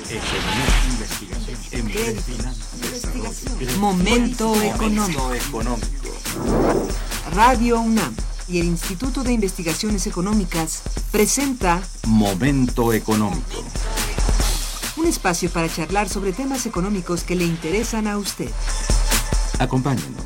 Momento económico. Radio UNAM y el Instituto de Investigaciones Económicas presenta Momento económico. Un espacio para charlar sobre temas económicos que le interesan a usted. Acompáñenos.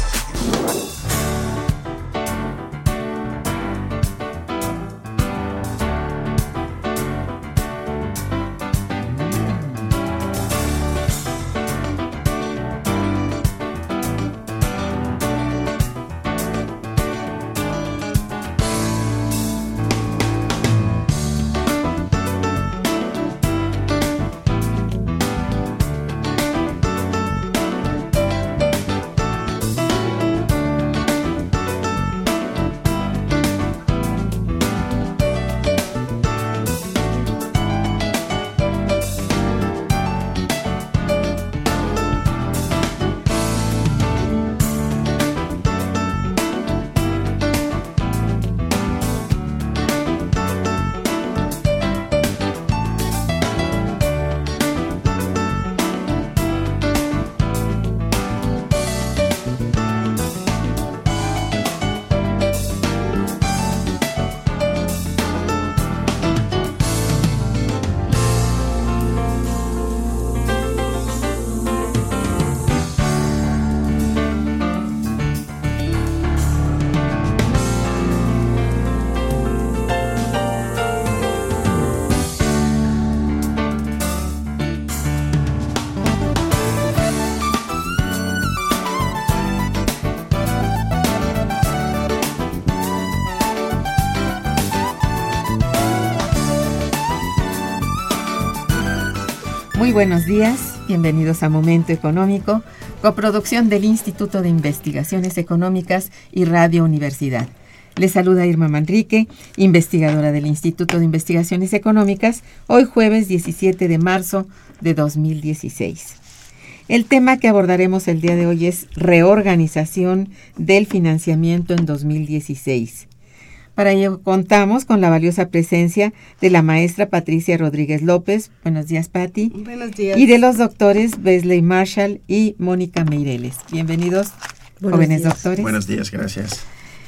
Muy buenos días, bienvenidos a Momento Económico, coproducción del Instituto de Investigaciones Económicas y Radio Universidad. Les saluda Irma Manrique, investigadora del Instituto de Investigaciones Económicas, hoy jueves 17 de marzo de 2016. El tema que abordaremos el día de hoy es reorganización del financiamiento en 2016. Para ello contamos con la valiosa presencia de la maestra Patricia Rodríguez López. Buenos días, Pati. Buenos días. Y de los doctores Wesley Marshall y Mónica Meireles. Bienvenidos, jóvenes doctores. Buenos días, gracias.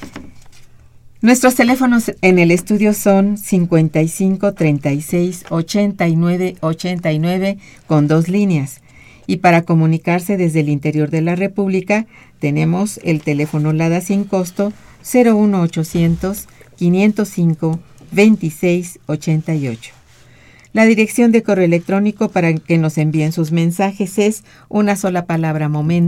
Nuestros teléfonos en el estudio son 55 36 89 89 con 2 líneas. Y para comunicarse desde el interior de la República tenemos el teléfono LADA sin costo 01800 505 2688. La dirección de correo electrónico para que nos envíen sus mensajes es una sola palabra,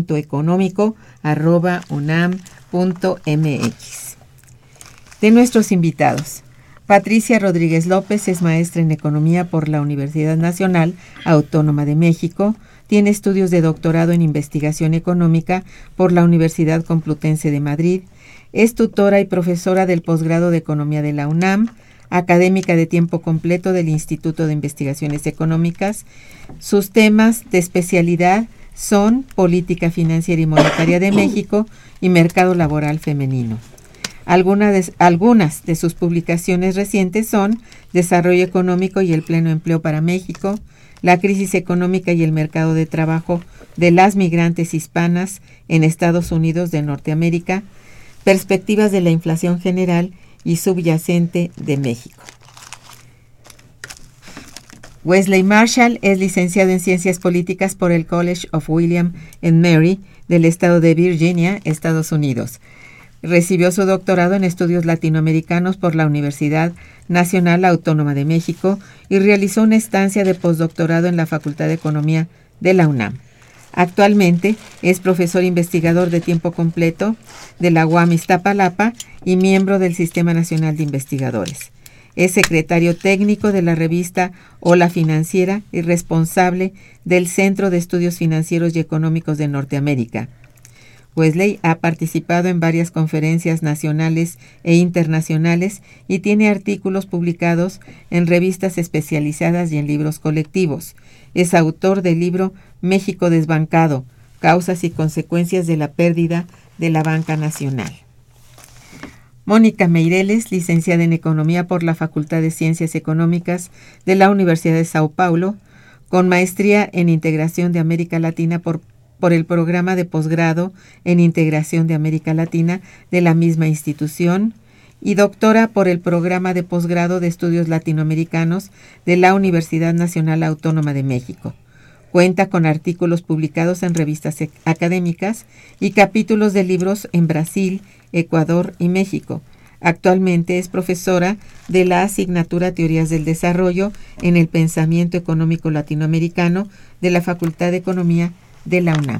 momentoeconómico@unam.mx. De nuestros invitados, Patricia Rodríguez López es maestra en Economía por la Universidad Nacional Autónoma de México. Tiene estudios de doctorado en Investigación Económica por la Universidad Complutense de Madrid. Es tutora y profesora del posgrado de Economía de la UNAM, académica de tiempo completo del Instituto de Investigaciones Económicas. Sus temas de especialidad son Política Financiera y Monetaria de México y Mercado Laboral Femenino. Algunas de sus publicaciones recientes son Desarrollo Económico y el Pleno Empleo para México, La crisis económica y el mercado de trabajo de las migrantes hispanas en Estados Unidos de Norteamérica, Perspectivas de la inflación general y subyacente de México. Wesley Marshall es licenciado en Ciencias Políticas por el College of William and Mary del estado de Virginia, Estados Unidos. Recibió su doctorado en Estudios Latinoamericanos por la Universidad Nacional Autónoma de México y realizó una estancia de postdoctorado en la Facultad de Economía de la UNAM. Actualmente es profesor investigador de tiempo completo de la UAM Iztapalapa y miembro del Sistema Nacional de Investigadores. Es secretario técnico de la revista Hola Financiera y responsable del Centro de Estudios Financieros y Económicos de Norteamérica. Wesley ha participado en varias conferencias nacionales e internacionales y tiene artículos publicados en revistas especializadas y en libros colectivos. Es autor del libro México desbancado, causas y consecuencias de la pérdida de la banca nacional. Mónica Meireles, licenciada en Economía por la Facultad de Ciencias Económicas de la Universidad de Sao Paulo, con maestría en Integración de América Latina por el programa de posgrado en Integración de América Latina de la misma institución, y doctora por el programa de posgrado de Estudios Latinoamericanos de la Universidad Nacional Autónoma de México. Cuenta con artículos publicados en revistas académicas y capítulos de libros en Brasil, Ecuador y México. Actualmente es profesora de la asignatura Teorías del Desarrollo en el Pensamiento Económico Latinoamericano de la Facultad de Economía de la UNAM.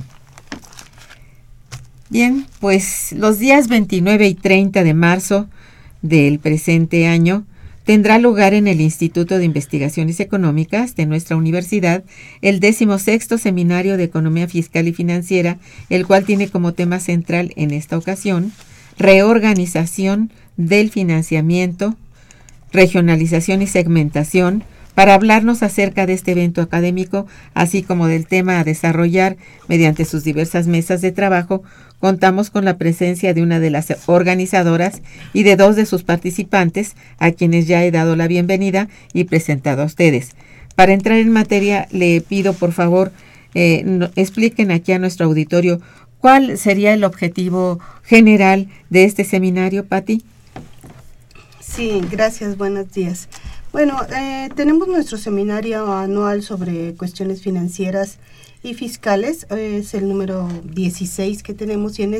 Bien, pues los días 29 y 30 de marzo del presente año tendrá lugar en el Instituto de Investigaciones Económicas de nuestra universidad el 16º Seminario de Economía Fiscal y Financiera, el cual tiene como tema central en esta ocasión reorganización del financiamiento, regionalización y segmentación. Para hablarnos acerca de este evento académico, así como del tema a desarrollar mediante sus diversas mesas de trabajo, contamos con la presencia de una de las organizadoras y de 2 de sus participantes, a quienes ya he dado la bienvenida y presentado a ustedes. Para entrar en materia, le pido por favor, expliquen aquí a nuestro auditorio cuál sería el objetivo general de este seminario, Patti. Sí, gracias, buenos días. Bueno, tenemos nuestro seminario anual sobre cuestiones financieras y fiscales, es el número 16 que tenemos, y en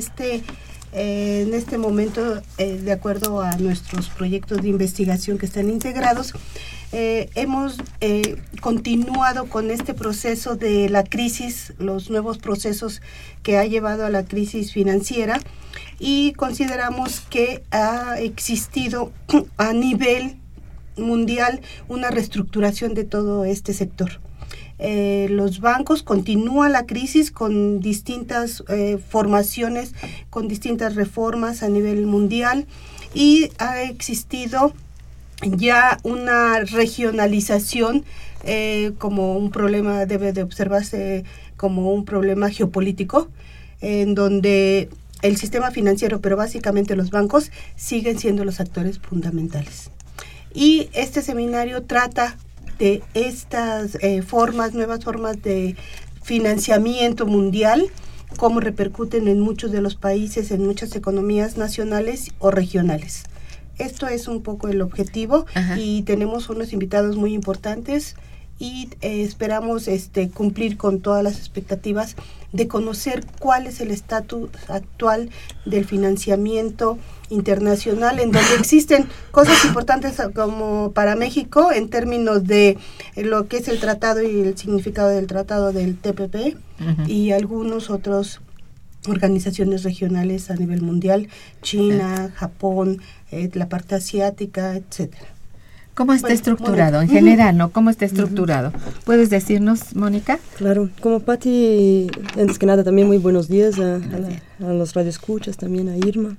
este momento, de acuerdo a nuestros proyectos de investigación que están integrados, hemos continuado con este proceso de la crisis, los nuevos procesos que ha llevado a la crisis financiera, y consideramos que ha existido a nivel mundial una reestructuración de todo este sector. Los bancos continúan la crisis con distintas formaciones, con distintas reformas a nivel mundial, y ha existido ya una regionalización como un problema, debe de observarse como un problema geopolítico, en donde el sistema financiero, pero básicamente los bancos, siguen siendo los actores fundamentales. Y este seminario trata de estas nuevas formas de financiamiento mundial, cómo repercuten en muchos de los países, en muchas economías nacionales o regionales. Esto es un poco el objetivo. Ajá. Y tenemos unos invitados muy importantes y esperamos cumplir con todas las expectativas de conocer cuál es el estatus actual del financiamiento internacional, en donde existen cosas importantes como para México en términos de lo que es el tratado y el significado del tratado del TPP, uh-huh, y algunos otros organizaciones regionales a nivel mundial, China, Japón, la parte asiática, etcétera. ¿Cómo está estructurado en general, no? ¿Cómo está estructurado? ¿Puedes decirnos, Mónica? Claro, como Patti, antes que nada también muy buenos días a los radioescuchas, también a Irma.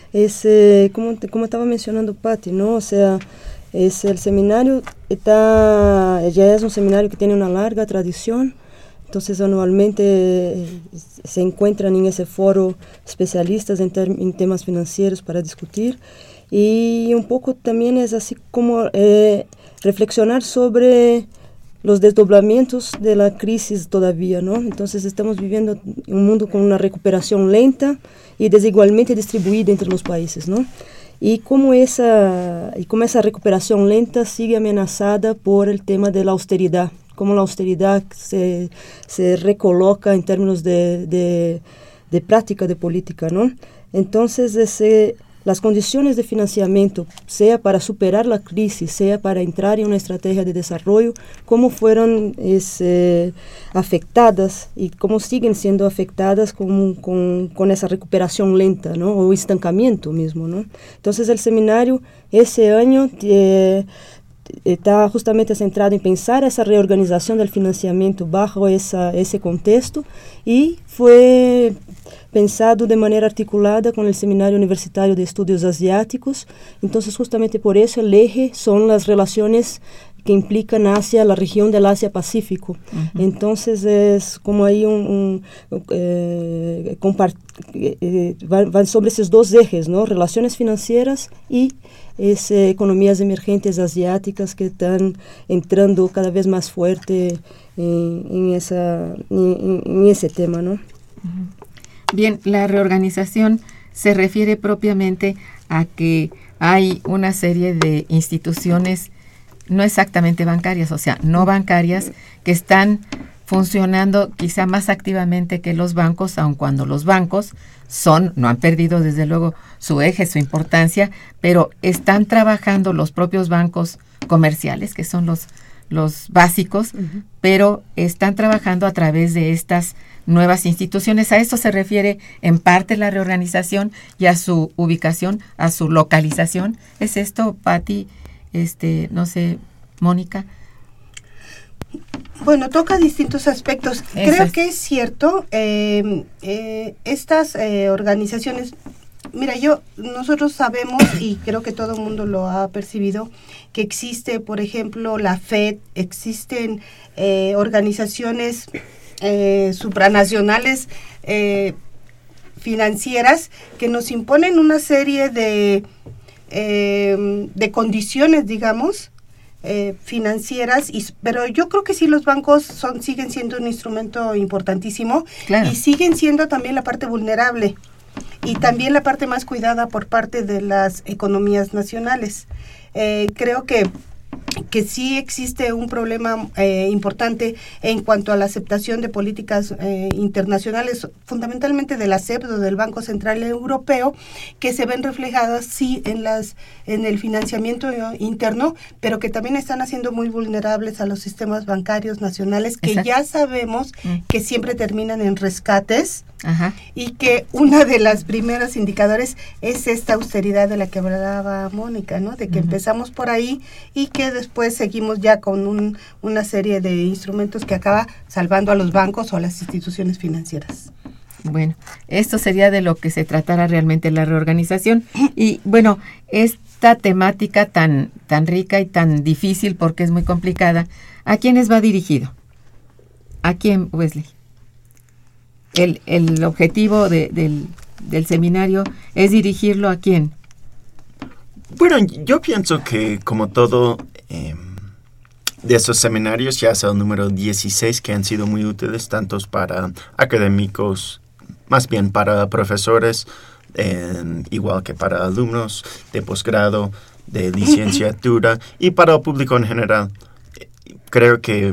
Como estaba mencionando Patti, ¿no? O sea, el seminario ya es un seminario que tiene una larga tradición. Entonces, anualmente se encuentran en ese foro especialistas en temas financieros para discutir. Y un poco también es así como reflexionar sobre los desdoblamientos de la crisis todavía, ¿no? Entonces estamos viviendo un mundo con una recuperación lenta y desigualmente distribuida entre los países, ¿no? Y cómo esa recuperación lenta sigue amenazada por el tema de la austeridad, cómo la austeridad se recoloca en términos de práctica de política, ¿no? Entonces las condiciones de financiamiento, sea para superar la crisis, sea para entrar en una estrategia de desarrollo, cómo fueron afectadas y cómo siguen siendo afectadas con esa recuperación lenta, ¿no? O estancamiento mismo, ¿no? Entonces el seminario ese año está justamente centrado en pensar esa reorganización del financiamiento bajo ese contexto, y fue pensado de manera articulada con el Seminario Universitario de Estudios Asiáticos. Entonces, justamente por eso el eje son las relaciones que implican hacia la región del Asia-Pacífico. Uh-huh. Entonces, es como ahí van sobre esos dos ejes, ¿no? Relaciones financieras y economías emergentes asiáticas que están entrando cada vez más fuerte en ese tema, ¿no? Bien, la reorganización se refiere propiamente a que hay una serie de instituciones no exactamente bancarias, o sea, no bancarias, que están funcionando quizá más activamente que los bancos, aun cuando los bancos no han perdido desde luego su eje, su importancia, pero están trabajando los propios bancos comerciales, que son los básicos, pero están trabajando a través de estas nuevas instituciones. A esto se refiere en parte la reorganización y a su ubicación, a su localización. ¿Es esto, Patti? No sé, Mónica. Bueno, toca distintos aspectos. Creo que es cierto, estas organizaciones, mira, nosotros sabemos, y creo que todo el mundo lo ha percibido, que existe, por ejemplo, la FED, existen organizaciones supranacionales financieras que nos imponen una serie de condiciones, digamos, financieras, pero yo creo que sí, los bancos siguen siendo un instrumento importantísimo, claro, y siguen siendo también la parte vulnerable y también la parte más cuidada por parte de las economías nacionales. Creo que sí existe un problema importante en cuanto a la aceptación de políticas internacionales, fundamentalmente de la CEP o del Banco Central Europeo, que se ven reflejadas sí en el financiamiento interno, pero que también están haciendo muy vulnerables a los sistemas bancarios nacionales, que ya sabemos que siempre terminan en rescates. Ajá. Y que una de las primeros indicadores es esta austeridad de la que hablaba Mónica, ¿no? De que empezamos por ahí y que después seguimos ya con una serie de instrumentos que acaba salvando a los bancos o a las instituciones financieras. Bueno, esto sería de lo que se tratara realmente la reorganización. Y bueno, esta temática tan rica y tan difícil, porque es muy complicada, ¿a quiénes va dirigido? ¿A quién, Wesley? El objetivo del seminario es dirigirlo ¿a quién? Bueno, yo pienso que como todo de esos seminarios, ya es el número 16, que han sido muy útiles tanto para académicos, más bien para profesores, igual que para alumnos de posgrado, de licenciatura y para el público en general. Creo que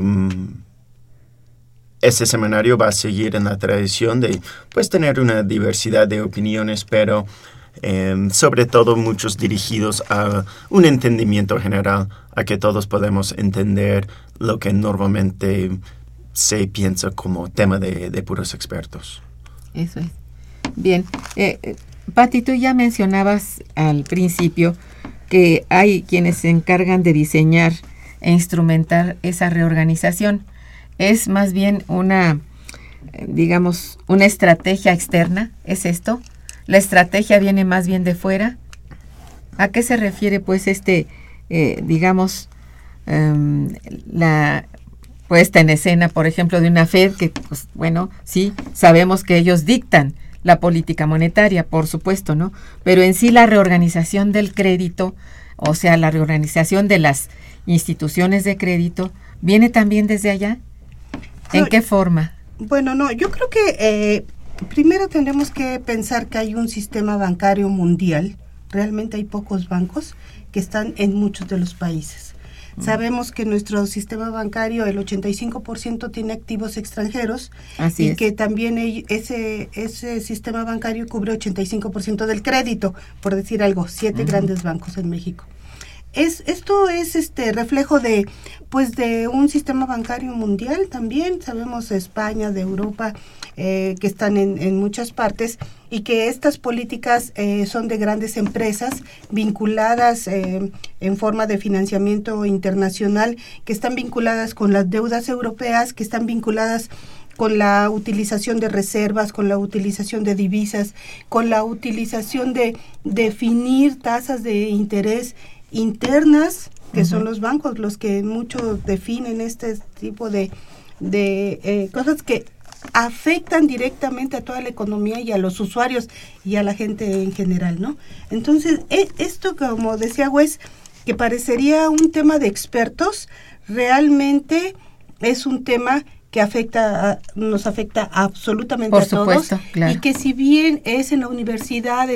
este seminario va a seguir en la tradición de tener una diversidad de opiniones, pero sobre todo muchos dirigidos a un entendimiento general, a que todos podemos entender lo que normalmente se piensa como tema de puros expertos. Eso es. Bien. Patti, tú ya mencionabas al principio que hay quienes se encargan de diseñar e instrumentar esa reorganización. Es más bien una estrategia externa, ¿es esto? ¿La estrategia viene más bien de fuera? ¿A qué se refiere la puesta en escena, por ejemplo, de una FED que, sí, sabemos que ellos dictan la política monetaria, por supuesto, ¿no? Pero en sí la reorganización del crédito, o sea, la reorganización de las instituciones de crédito, ¿viene también desde allá? ¿En qué forma? Bueno, no, yo creo que primero tendremos que pensar que hay un sistema bancario mundial. Realmente hay pocos bancos que están en muchos de los países. Sabemos que nuestro sistema bancario, el 85% tiene activos extranjeros. Así es. Que también ese sistema bancario cubre 85% del crédito, por decir algo, 7 grandes bancos en México. Esto es reflejo de un sistema bancario mundial también. Sabemos de España, de Europa, que están en muchas partes, y que estas políticas son de grandes empresas vinculadas en forma de financiamiento internacional, que están vinculadas con las deudas europeas, que están vinculadas con la utilización de reservas, con la utilización de divisas, con la utilización de definir tasas de interés internas, que son los bancos los que mucho definen este tipo de cosas que afectan directamente a toda la economía y a los usuarios y a la gente en general, ¿no? Entonces, esto, como decía Wes, que parecería un tema de expertos, realmente es un tema que nos afecta absolutamente a todos, claro. Y que si bien es en la universidad,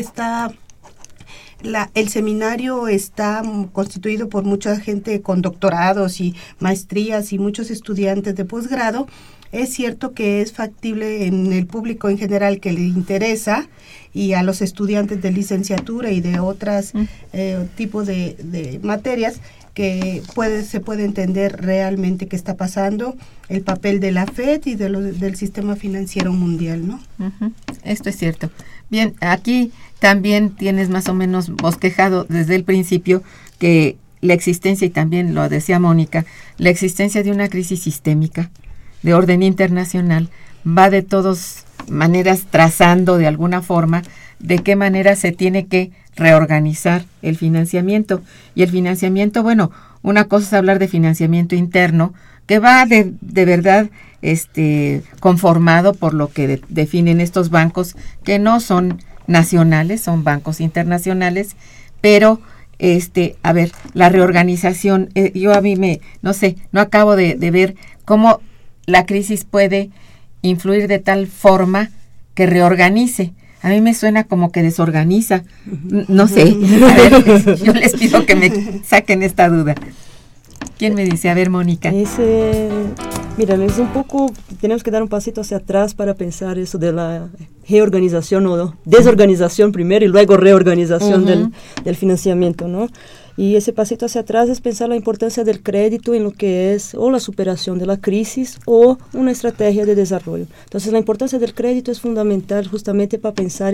el seminario está constituido por mucha gente con doctorados y maestrías y muchos estudiantes de posgrado, es cierto que es factible en el público en general que le interesa y a los estudiantes de licenciatura y de otros tipos de materias que se puede entender realmente qué está pasando, el papel de la FED y del sistema financiero mundial, ¿no? Uh-huh. Esto es cierto. Bien, aquí también tienes más o menos bosquejado desde el principio que la existencia, y también lo decía Mónica, la existencia de una crisis sistémica de orden internacional va de todas maneras trazando de alguna forma de qué manera se tiene que reorganizar el financiamiento. Y el financiamiento, bueno, una cosa es hablar de financiamiento interno, que va de verdad conformado por lo que definen estos bancos, que no son nacionales, son bancos internacionales, pero a ver, la reorganización, yo a mí no acabo de ver cómo la crisis puede influir de tal forma que reorganice. A mí me suena como que desorganiza. No sé. A ver, yo les pido que me saquen esta duda. ¿Quién me dice? A ver, Mónica. Mira, es un poco, tenemos que dar un pasito hacia atrás para pensar eso de la reorganización o desorganización primero y luego reorganización del financiamiento, ¿no? Y ese pasito hacia atrás es pensar la importancia del crédito en lo que es o la superación de la crisis o una estrategia de desarrollo. Entonces, la importancia del crédito es fundamental justamente para pensar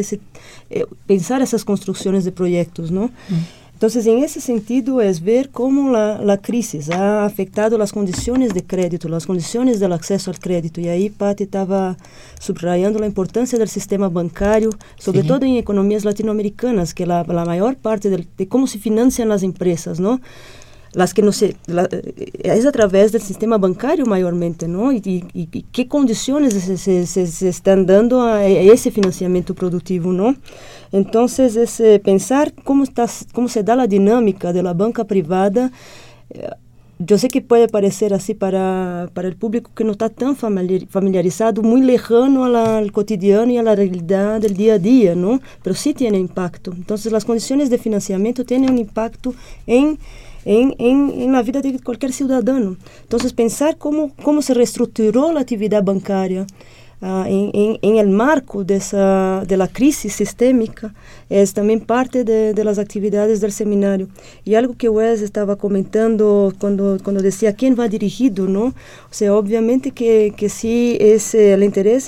esas construcciones de proyectos, ¿no? Entonces, en ese sentido, es ver cómo la crisis ha afectado las condiciones de crédito, las condiciones del acceso al crédito. Y ahí Patti estaba subrayando la importancia del sistema bancario, sobre todo en economías latinoamericanas, que la mayor parte de cómo se financian las empresas, ¿no? Las que es a través del sistema bancario mayormente, ¿no? Y qué condiciones se están dando a ese financiamiento productivo, ¿no? Entonces, es pensar cómo se da la dinámica de la banca privada. Yo sé que puede parecer así para el público que no está tan familiarizado, muy lejano al cotidiano y a la realidad del día a día, ¿no? Pero sí tiene impacto. Entonces, las condiciones de financiamiento tienen un impacto en la vida de cualquier ciudadano. Entonces, pensar cómo se reestructuró la actividad bancaria en el marco de la crisis sistémica es también parte de las actividades del seminario. Y algo que Wes estaba comentando cuando decía quién va dirigido, ¿no? O sea, obviamente que sí el interés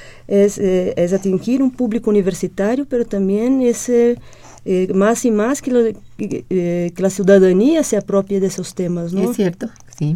es atingir un público universitario, pero también más y más que la ciudadanía se apropie de esos temas, ¿no? Es cierto, sí.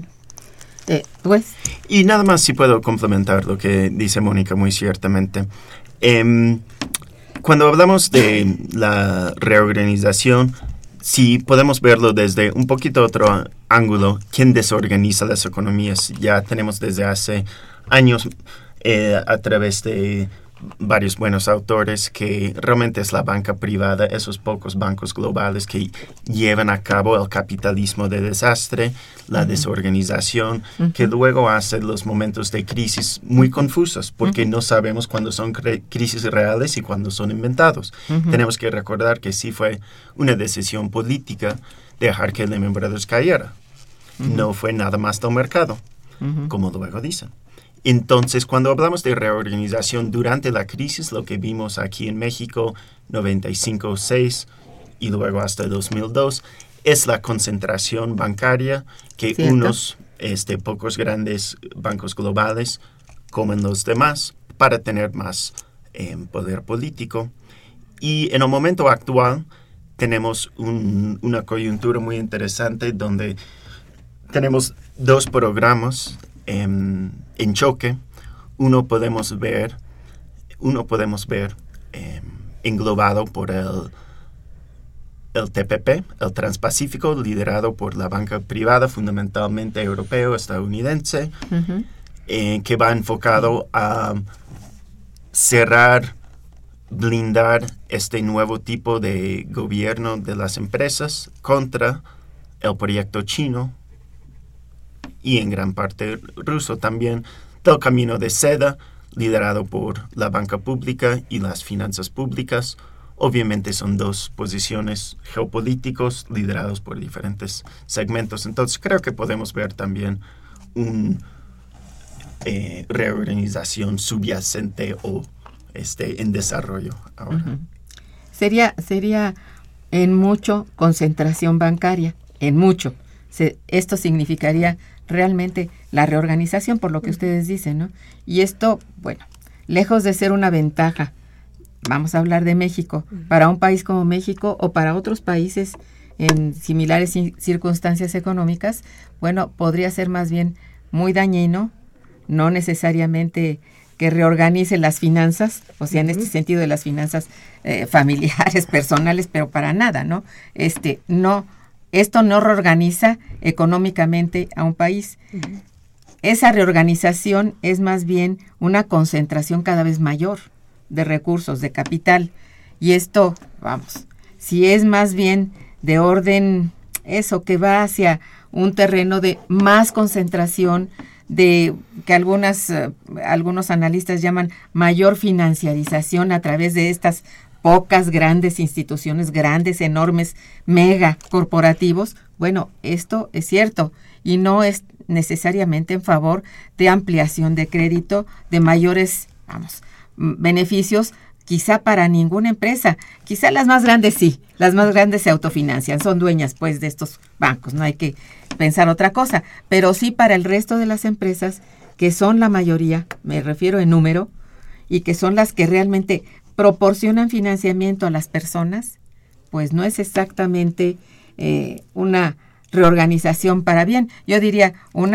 Y nada más si puedo complementar lo que dice Mónica muy ciertamente. Cuando hablamos de la reorganización, si podemos verlo desde un poquito otro ángulo, ¿quién desorganiza las economías? Ya tenemos desde hace años a través de varios buenos autores que realmente es la banca privada, esos pocos bancos globales que llevan a cabo el capitalismo de desastre, la desorganización, que luego hace los momentos de crisis muy confusos, porque no sabemos cuándo son crisis reales y cuándo son inventados. Tenemos que recordar que sí fue una decisión política dejar que Lehman Brothers cayera. No fue nada más del mercado, como luego dicen. Entonces, cuando hablamos de reorganización durante la crisis, lo que vimos aquí en México, 95-6 y luego hasta 2002, es la concentración bancaria que unos pocos grandes bancos globales comen los demás para tener más poder político. Y en el momento actual tenemos una coyuntura muy interesante donde tenemos dos programas en choque. Uno podemos ver englobado por el TPP, el Transpacífico, liderado por la banca privada, fundamentalmente europeo, estadounidense, que va enfocado a cerrar, blindar este nuevo tipo de gobierno de las empresas contra el proyecto chino y en gran parte ruso también, del camino de seda liderado por la banca pública y las finanzas públicas. Obviamente son dos posiciones geopolíticos liderados por diferentes segmentos. Entonces creo que podemos ver también una reorganización subyacente o en desarrollo ahora. Uh-huh. Sería en mucho concentración bancaria, en mucho. Esto significaría realmente la reorganización, por lo que ustedes dicen, ¿no? Y esto, bueno, lejos de ser una ventaja, vamos a hablar de México, para un país como México o para otros países en similares circunstancias económicas, bueno, podría ser más bien muy dañino, no necesariamente que reorganice las finanzas, o sea, en este sentido de las finanzas familiares, personales, pero para nada, ¿no? Esto no reorganiza económicamente a un país. Uh-huh. Esa reorganización es más bien una concentración cada vez mayor de recursos, de capital. Y esto, vamos, si es más bien de orden, eso que va hacia un terreno de más concentración, de que algunos analistas llaman mayor financiarización a través de estas pocas grandes instituciones, grandes, enormes, mega corporativos. Bueno, esto es cierto y no es necesariamente en favor de ampliación de crédito, de mayores, beneficios, quizá para ninguna empresa. Quizá las más grandes sí, las más grandes se autofinancian, son dueñas pues de estos bancos, no hay que pensar otra cosa, pero sí para el resto de las empresas, que son la mayoría, me refiero en número, y que son las que realmente proporcionan financiamiento a las personas, pues no es exactamente una reorganización para bien. Yo diría un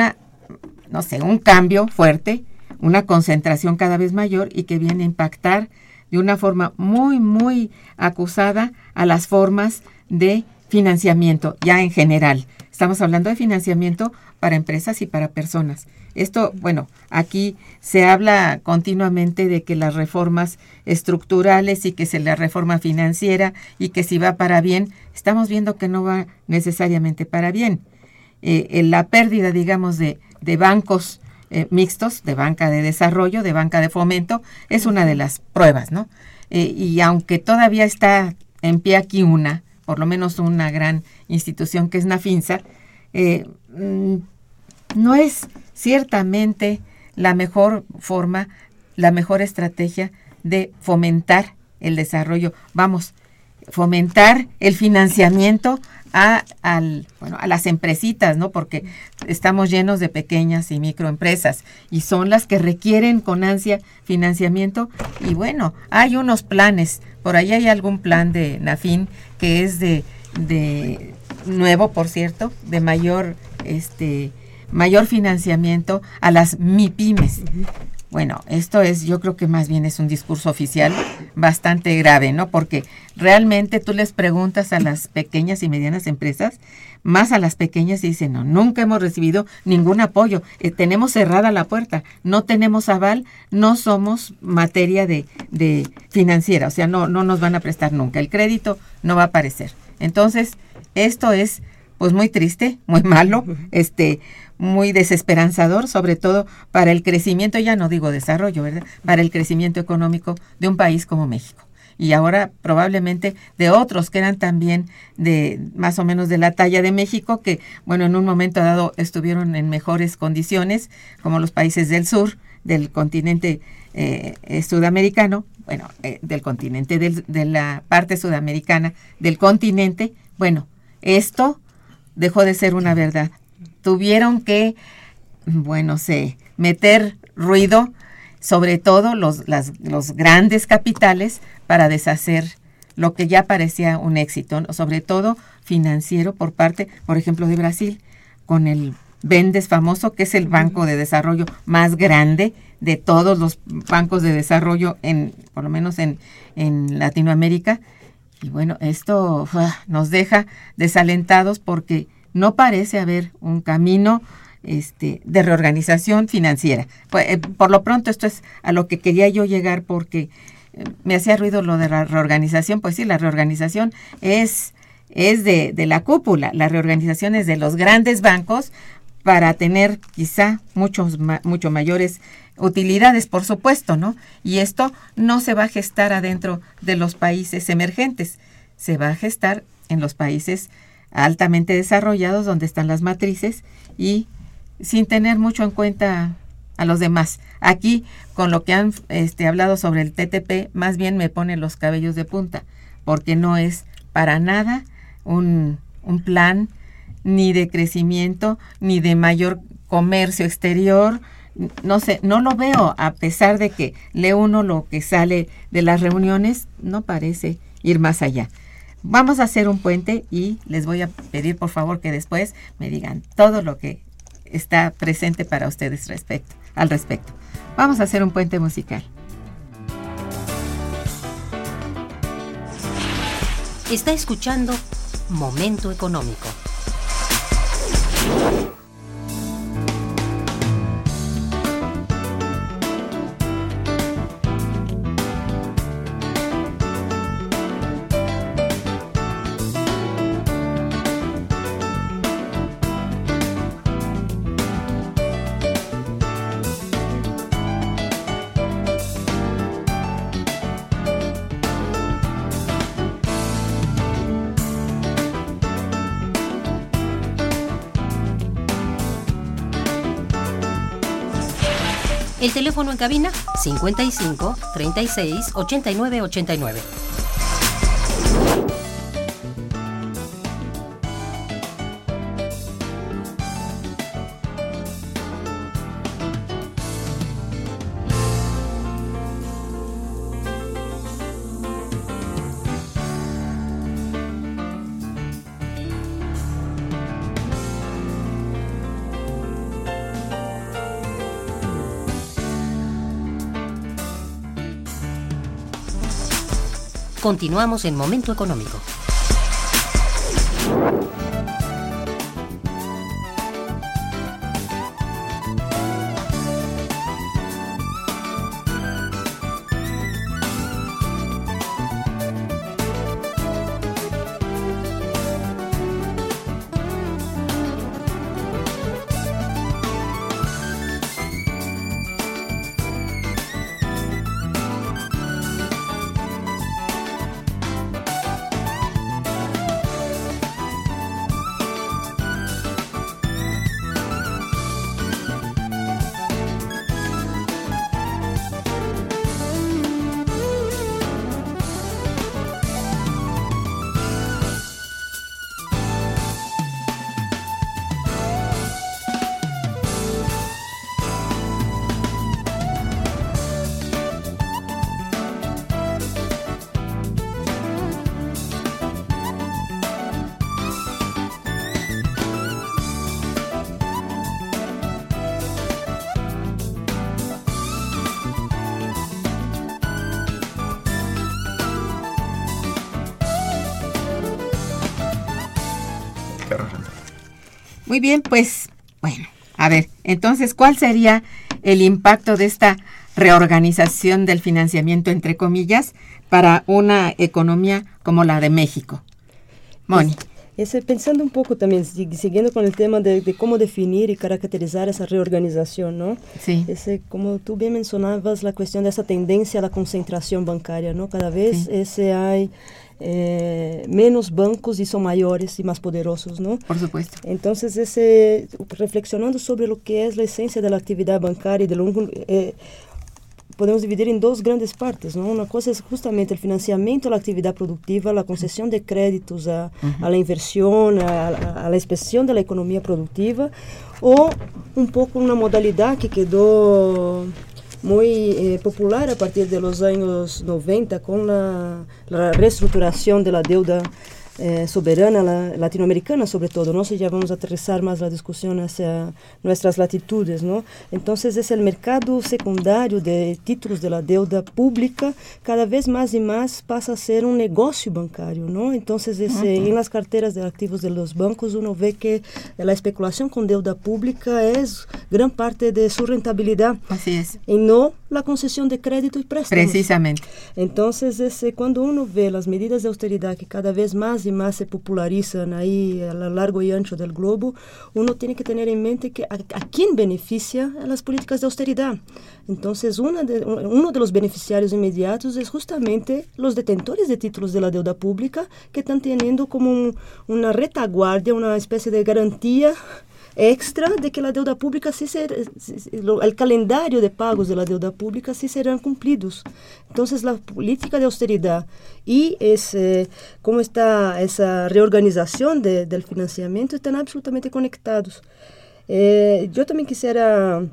cambio fuerte, una concentración cada vez mayor y que viene a impactar de una forma muy, muy acusada a las formas de financiamiento, ya en general. Estamos hablando de financiamiento para empresas y para personas. Esto, bueno, aquí se habla continuamente de que las reformas estructurales y que la reforma financiera y que si va para bien, estamos viendo que no va necesariamente para bien. La pérdida, digamos, de bancos mixtos, de banca de desarrollo, de banca de fomento, es una de las pruebas, ¿no? Y aunque todavía está en pie aquí por lo menos una gran institución que es Nafinsa, no es ciertamente la mejor forma, la mejor estrategia de fomentar el desarrollo. Fomentar el financiamiento a las empresitas, ¿no? Porque estamos llenos de pequeñas y microempresas y son las que requieren con ansia financiamiento. Y bueno, hay unos planes, por ahí hay algún plan de Nafin que es de nuevo, por cierto, de mayor financiamiento a las MIPYMES. Uh-huh. Bueno, yo creo que más bien es un discurso oficial bastante grave, ¿no? Porque realmente tú les preguntas a las pequeñas y medianas empresas, más a las pequeñas, y dicen, no, nunca hemos recibido ningún apoyo, tenemos cerrada la puerta, no tenemos aval, no somos materia de financiera, o sea, no nos van a prestar nunca, el crédito no va a aparecer. Entonces, esto es pues muy triste, muy malo, muy desesperanzador, sobre todo para el crecimiento, ya no digo desarrollo, ¿verdad? Para el crecimiento económico de un país como México. Y ahora probablemente de otros que eran también de más o menos de la talla de México, que bueno, en un momento dado estuvieron en mejores condiciones, como los países del sur, del continente sudamericano, del continente, de la parte sudamericana del continente. Bueno, esto dejó de ser una verdad. Tuvieron que, meter ruido, sobre todo los grandes capitales, para deshacer lo que ya parecía un éxito, ¿no? Sobre todo financiero por parte, por ejemplo, de Brasil, con el BNDES famoso, que es el banco de desarrollo más grande de todos los bancos de desarrollo, por lo menos en Latinoamérica. Y bueno, esto nos deja desalentados porque no parece haber un camino de reorganización financiera. Por lo pronto esto es a lo que quería yo llegar, porque me hacía ruido lo de la reorganización. Pues sí, la reorganización es de la cúpula, la reorganización es de los grandes bancos para tener quizá mucho mayores utilidades, por supuesto, ¿no? Y esto no se va a gestar adentro de los países emergentes, se va a gestar en los países altamente desarrollados, donde están las matrices, y sin tener mucho en cuenta a los demás. Aquí, con lo que han hablado sobre el TTP, más bien me pone los cabellos de punta, porque no es para nada un plan ni de crecimiento, ni de mayor comercio exterior. No sé, no lo veo, a pesar de que lee uno lo que sale de las reuniones, no parece ir más allá. Vamos a hacer un puente y les voy a pedir por favor que después me digan todo lo que está presente para ustedes al respecto. Vamos a hacer un puente musical. Está escuchando Momento Económico. El teléfono en cabina 55 36 89 89. Continuamos en Momento Económico. Muy bien, pues, bueno, a ver, entonces, ¿cuál sería el impacto de esta reorganización del financiamiento, entre comillas, para una economía como la de México? Moni. Pensando un poco también, siguiendo con el tema de cómo definir y caracterizar esa reorganización, ¿no? Sí. Como tú bien mencionabas, la cuestión de esa tendencia a la concentración bancaria, ¿no? Cada vez hay menos bancos y son mayores y más poderosos, ¿no? Por supuesto. Entonces, reflexionando sobre lo que es la esencia de la actividad bancaria y podemos dividir en dos grandes partes, ¿no? Una cosa es justamente el financiamiento de la actividad productiva, la concesión de créditos a la inversión, a la expresión de la economía productiva, o un poco una modalidad que quedó muy popular a partir de los años 90 con la reestructuración de la deuda soberana latinoamericana sobre todo, ¿no? Si ya vamos a aterrizar más la discusión hacia nuestras latitudes, ¿no? Entonces es el mercado secundario de títulos de la deuda pública cada vez más y más pasa a ser un negocio bancario, ¿no? Entonces en las carteras de activos de los bancos uno ve que la especulación con deuda pública es gran parte de su rentabilidad. Así es. Y no la concesión de crédito y préstamos. Precisamente. Entonces, cuando uno ve las medidas de austeridad que cada vez más y más se popularizan ahí a lo largo y ancho del globo, uno tiene que tener en mente que a quién beneficia a las políticas de austeridad. Entonces, uno de los beneficiarios inmediatos es justamente los detentores de títulos de la deuda pública que están teniendo como una retaguardia, una especie de garantía extra de que la deuda pública el calendario de pagos de la deuda pública sí serán cumplidos. Entonces la política de austeridad y cómo está esa reorganización del financiamiento están absolutamente conectados. Yo también quisiera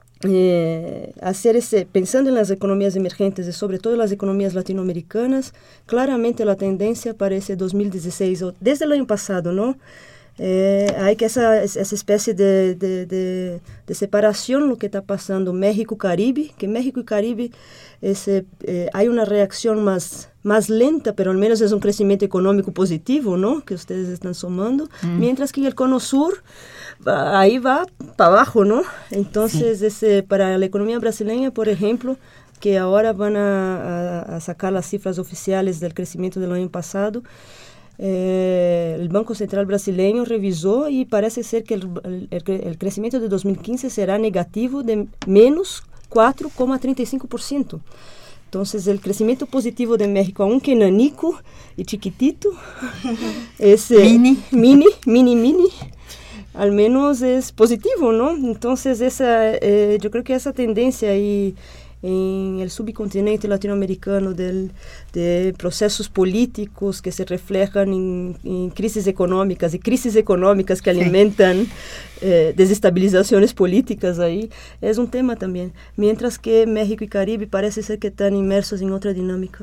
pensando en las economías emergentes y sobre todo en las economías latinoamericanas, claramente la tendencia para ese 2016 o desde el año pasado, ¿no? Hay que esa especie de separación lo que está pasando México-Caribe, que México y Caribe hay una reacción más lenta, pero al menos es un crecimiento económico positivo, ¿no? Que ustedes están sumando, mientras que el cono sur ahí va para abajo, ¿no? Entonces, para la economía brasileña, por ejemplo, que ahora van a sacar las cifras oficiales del crecimiento del año pasado, el Banco Central brasileño revisó y parece ser que el crecimiento de 2015 será negativo de menos 4,35%. Entonces, el crecimiento positivo de México, aunque nanico y chiquitito, es mini, al menos es positivo, ¿no? Entonces, yo creo que esa tendencia ahí en el subcontinente latinoamericano de procesos políticos que se reflejan en crisis económicas que alimentan desestabilizaciones políticas ahí, es un tema también, mientras que México y Caribe parece ser que están inmersos en otra dinámica.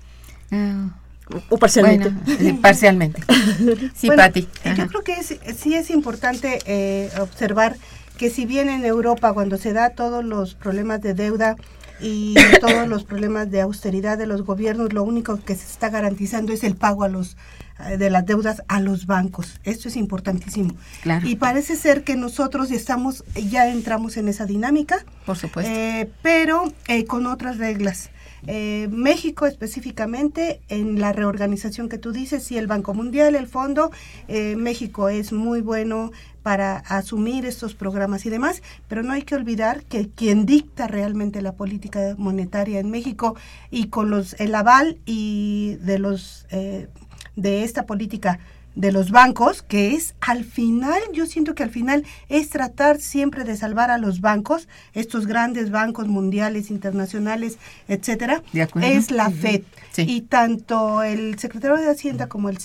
O parcialmente. Bueno, parcialmente. Sí, bueno, Pati. Yo creo que sí es importante observar que si bien en Europa, cuando se da todos los problemas de deuda y todos los problemas de austeridad de los gobiernos, lo único que se está garantizando es el pago de las deudas a los bancos. Esto es importantísimo. Claro. Y parece ser que nosotros ya entramos en esa dinámica, por supuesto, pero con otras reglas. México específicamente, en la reorganización que tú dices, sí, el Banco Mundial, el Fondo, México es muy bueno para asumir estos programas y demás, pero no hay que olvidar que quien dicta realmente la política monetaria en México y con el aval y de esta política de los bancos, que es al final, yo siento que al final es tratar siempre de salvar a los bancos, estos grandes bancos mundiales, internacionales, etcétera, es la FED. Sí. Y tanto el secretario de Hacienda como el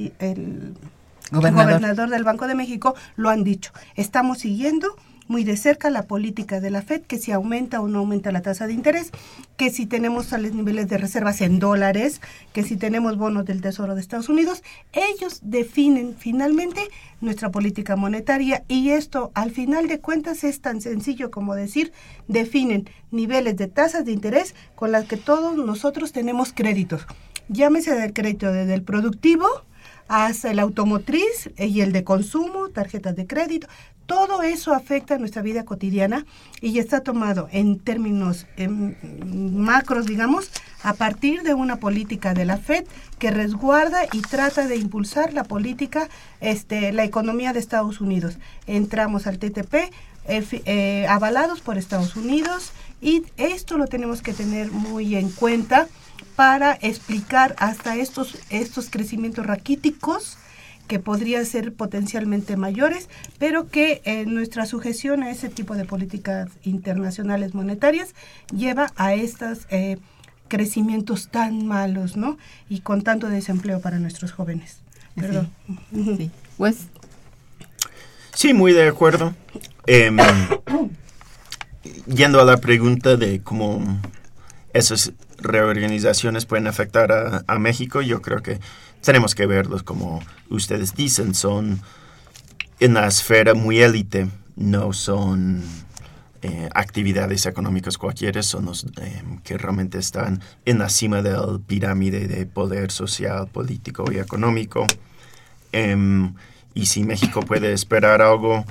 gobernador del Banco de México lo han dicho. Estamos siguiendo muy de cerca la política de la FED, que si aumenta o no aumenta la tasa de interés, que si tenemos tales niveles de reservas en dólares, que si tenemos bonos del Tesoro de Estados Unidos. Ellos definen finalmente nuestra política monetaria y esto al final de cuentas es tan sencillo como decir, definen niveles de tasas de interés con las que todos nosotros tenemos créditos. Llámese del crédito desde el productivo hasta el automotriz y el de consumo, tarjetas de crédito. Todo eso afecta a nuestra vida cotidiana y está tomado en términos macros, digamos, a partir de una política de la FED que resguarda y trata de impulsar la política, la economía de Estados Unidos. Entramos al TTP, avalados por Estados Unidos, y esto lo tenemos que tener muy en cuenta para explicar hasta estos crecimientos raquíticos que podrían ser potencialmente mayores, pero que nuestra sujeción a ese tipo de políticas internacionales monetarias lleva a estos crecimientos tan malos, ¿no? Y con tanto desempleo para nuestros jóvenes. Perdón. Sí. Pues. Sí, muy de acuerdo. Yendo a la pregunta de cómo esas reorganizaciones pueden afectar a México. Yo creo que tenemos que verlos, como ustedes dicen, son en la esfera muy élite, no son actividades económicas cualquiera, son los que realmente están en la cima de la pirámide de poder social, político y económico. Y si México puede esperar algo,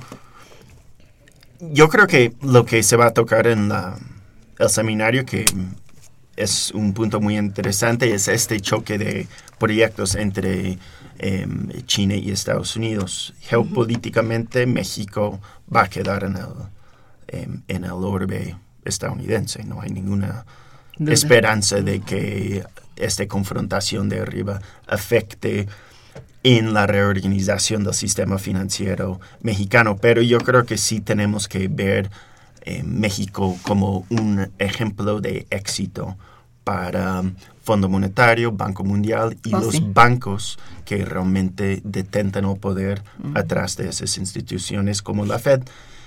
yo creo que lo que se va a tocar en el seminario, que es un punto muy interesante, es este choque de proyectos entre China y Estados Unidos. Geopolíticamente, México va a quedar en el orbe estadounidense. No hay ninguna esperanza de que esta confrontación de arriba afecte en la reorganización del sistema financiero mexicano. Pero yo creo que sí tenemos que ver México como un ejemplo de éxito para Fondo Monetario, Banco Mundial y los bancos que realmente detentan el poder atrás de esas instituciones como la Fed.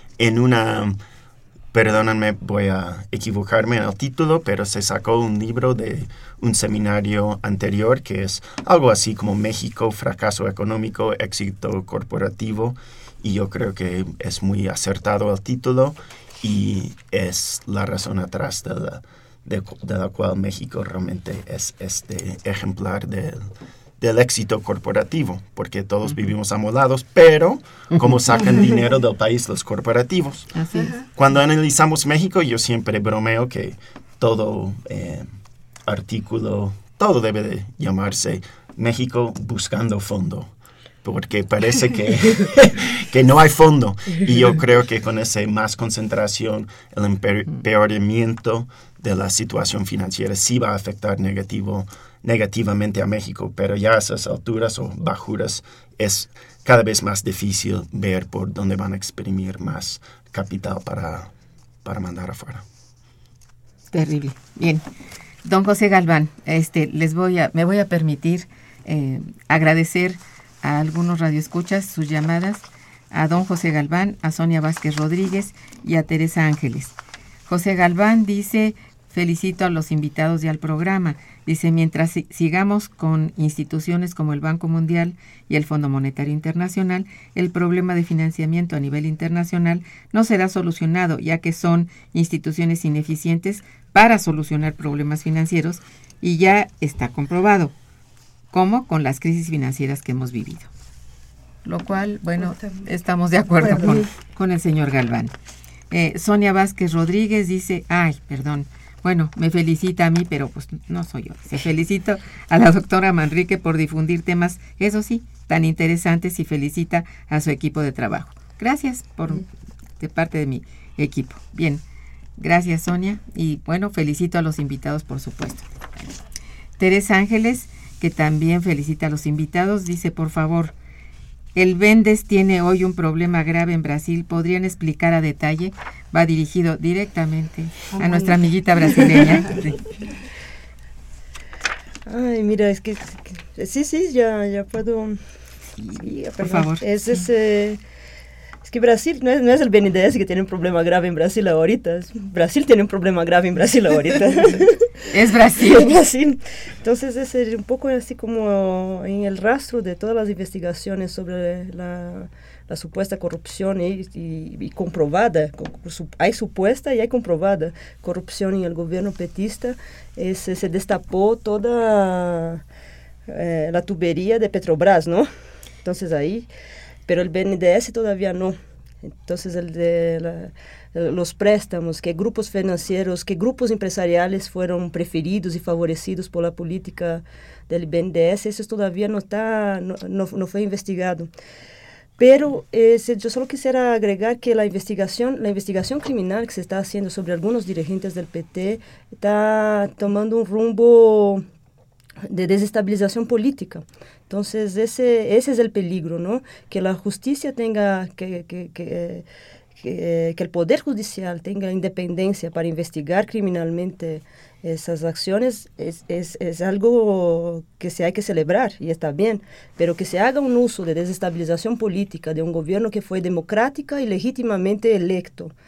Perdónenme, voy a equivocarme en el título, pero se sacó un libro de un seminario anterior que es algo así como México, fracaso económico, éxito corporativo, y yo creo que es muy acertado el título y es la razón atrás de la cual México realmente es este ejemplar del éxito corporativo, porque todos vivimos amolados, pero ¿cómo sacan dinero del país los corporativos? Así es. Cuando analizamos México, yo siempre bromeo que todo artículo, todo debe de llamarse México buscando fondo, porque parece que no hay fondo. Y yo creo que con esa más concentración, el empeoramiento de la situación financiera sí va a afectar negativamente a México, pero ya a esas alturas o bajuras es cada vez más difícil ver por dónde van a exprimir más capital para mandar afuera. Terrible. Bien. Don José Galván, me voy a permitir agradecer a algunos radioescuchas sus llamadas, a don José Galván, a Sonia Vázquez Rodríguez y a Teresa Ángeles. José Galván dice: felicito a los invitados y al programa. Dice: mientras sigamos con instituciones como el Banco Mundial y el Fondo Monetario Internacional, el problema de financiamiento a nivel internacional no será solucionado, ya que son instituciones ineficientes para solucionar problemas financieros, y ya está comprobado, como con las crisis financieras que hemos vivido. Lo cual, bueno, estamos de acuerdo con el señor Galván. Sonia Vázquez Rodríguez dice: bueno, me felicita a mí, pero pues no soy yo. Se felicito a la doctora Manrique por difundir temas, eso sí, tan interesantes, y felicita a su equipo de trabajo. Gracias de parte de mi equipo. Bien, gracias, Sonia. Y bueno, felicito a los invitados, por supuesto. Teresa Ángeles, que también felicita a los invitados, dice: por favor, el BNDES tiene hoy un problema grave en Brasil. ¿Podrían explicar a detalle? Va dirigido directamente a nuestra amiguita brasileña. Sí. Ay, mira, es que sí, ya puedo. Sí, por favor. Es que Brasil no es el BNDES que tiene un problema grave en Brasil ahorita. Brasil tiene un problema grave en Brasil ahorita. Es Brasil. Es Brasil. Entonces es un poco así como en el rastro de todas las investigaciones sobre la supuesta corrupción y comprobada, hay supuesta y hay comprobada corrupción en el gobierno petista. Se destapó toda la tubería de Petrobras, ¿no? Entonces ahí, pero el BNDES todavía no. Entonces los préstamos, que grupos financieros, que grupos empresariales fueron preferidos y favorecidos por la política del BNDES, eso todavía no fue investigado. Pero yo solo quisiera agregar que la investigación criminal que se está haciendo sobre algunos dirigentes del PT está tomando un rumbo de desestabilización política. Entonces ese es el peligro, ¿no? Que la justicia tenga, que el Poder Judicial tenga independencia para investigar criminalmente esas acciones es algo que hay que celebrar y está bien, pero que se haga un uso de desestabilización política de un gobierno que fue democrática y legítimamente electo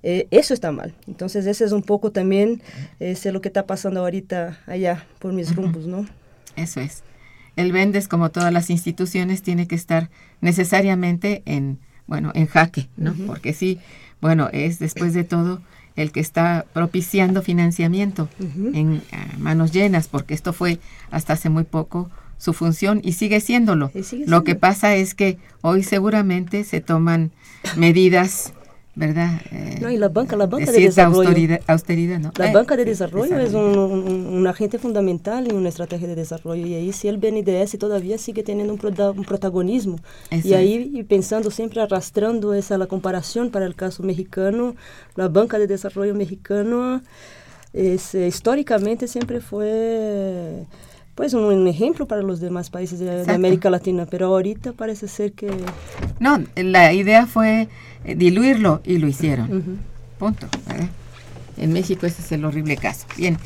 eso está mal. Entonces, ese es un poco también lo que está pasando ahorita allá por mis rumbos, ¿no? Eso es. El BENDES, como todas las instituciones, tiene que estar necesariamente en jaque, ¿no? Porque sí, es después de todo el que está propiciando financiamiento en manos llenas, porque esto fue hasta hace muy poco su función y sigue siéndolo. Lo que pasa es que hoy seguramente se toman medidas, ¿verdad? No, y la banca de desarrollo. Austeridad, ¿no? La banca de desarrollo es un agente fundamental en una estrategia de desarrollo, y ahí sí el BNDES todavía sigue teniendo un protagonismo. Eso y ahí, y pensando siempre, arrastrando la comparación para el caso mexicano, la banca de desarrollo mexicano históricamente siempre fue pues un ejemplo para los demás países de América Latina, pero ahorita parece ser que... No, la idea fue diluirlo y lo hicieron. Punto. ¿Verdad? En México ese es el horrible caso. Bien,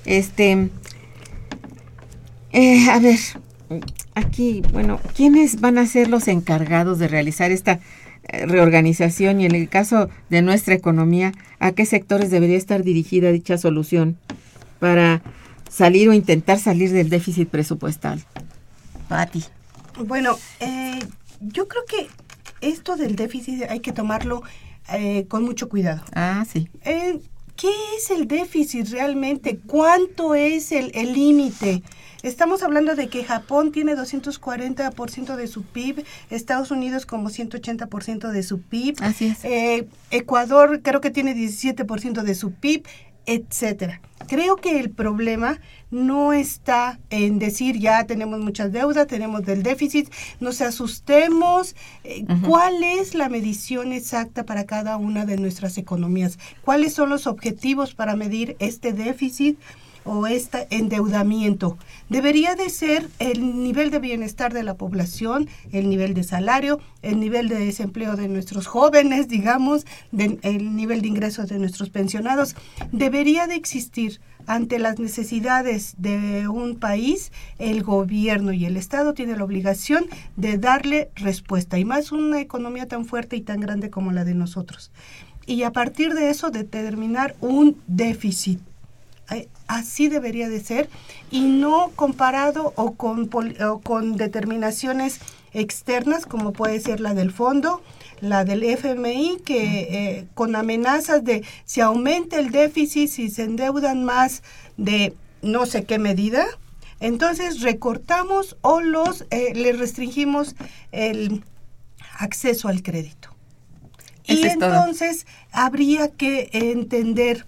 a ver, aquí, ¿quiénes van a ser los encargados de realizar esta reorganización? Y en el caso de nuestra economía, ¿a qué sectores debería estar dirigida dicha solución para salir o intentar salir del déficit presupuestal? Pati. Bueno, yo creo que esto del déficit hay que tomarlo con mucho cuidado. Ah, sí. ¿Qué es el déficit realmente? ¿Cuánto es el límite? Estamos hablando de que Japón tiene 240% de su PIB, Estados Unidos como 180% de su PIB, así es. Ecuador creo que tiene 17% de su PIB, etcétera. Creo que el problema no está en decir ya tenemos mucha deuda, tenemos del déficit, no se asustemos. ¿Cuál es la medición exacta para cada una de nuestras economías? ¿Cuáles son los objetivos para medir este déficit o este endeudamiento? Debería de ser el nivel de bienestar de la población, el nivel de salario, el nivel de desempleo de nuestros jóvenes, digamos, el nivel de ingresos de nuestros pensionados. Debería de existir ante las necesidades de un país, el gobierno y el Estado tienen la obligación de darle respuesta, y más una economía tan fuerte y tan grande como la de nosotros. Y a partir de eso determinar un déficit. Así debería de ser, y no comparado o con determinaciones externas como puede ser la del fondo, la del FMI, que con amenazas de si aumenta el déficit, si se endeudan más de no sé qué medida, entonces recortamos o les restringimos el acceso al crédito. Y entonces habría que entender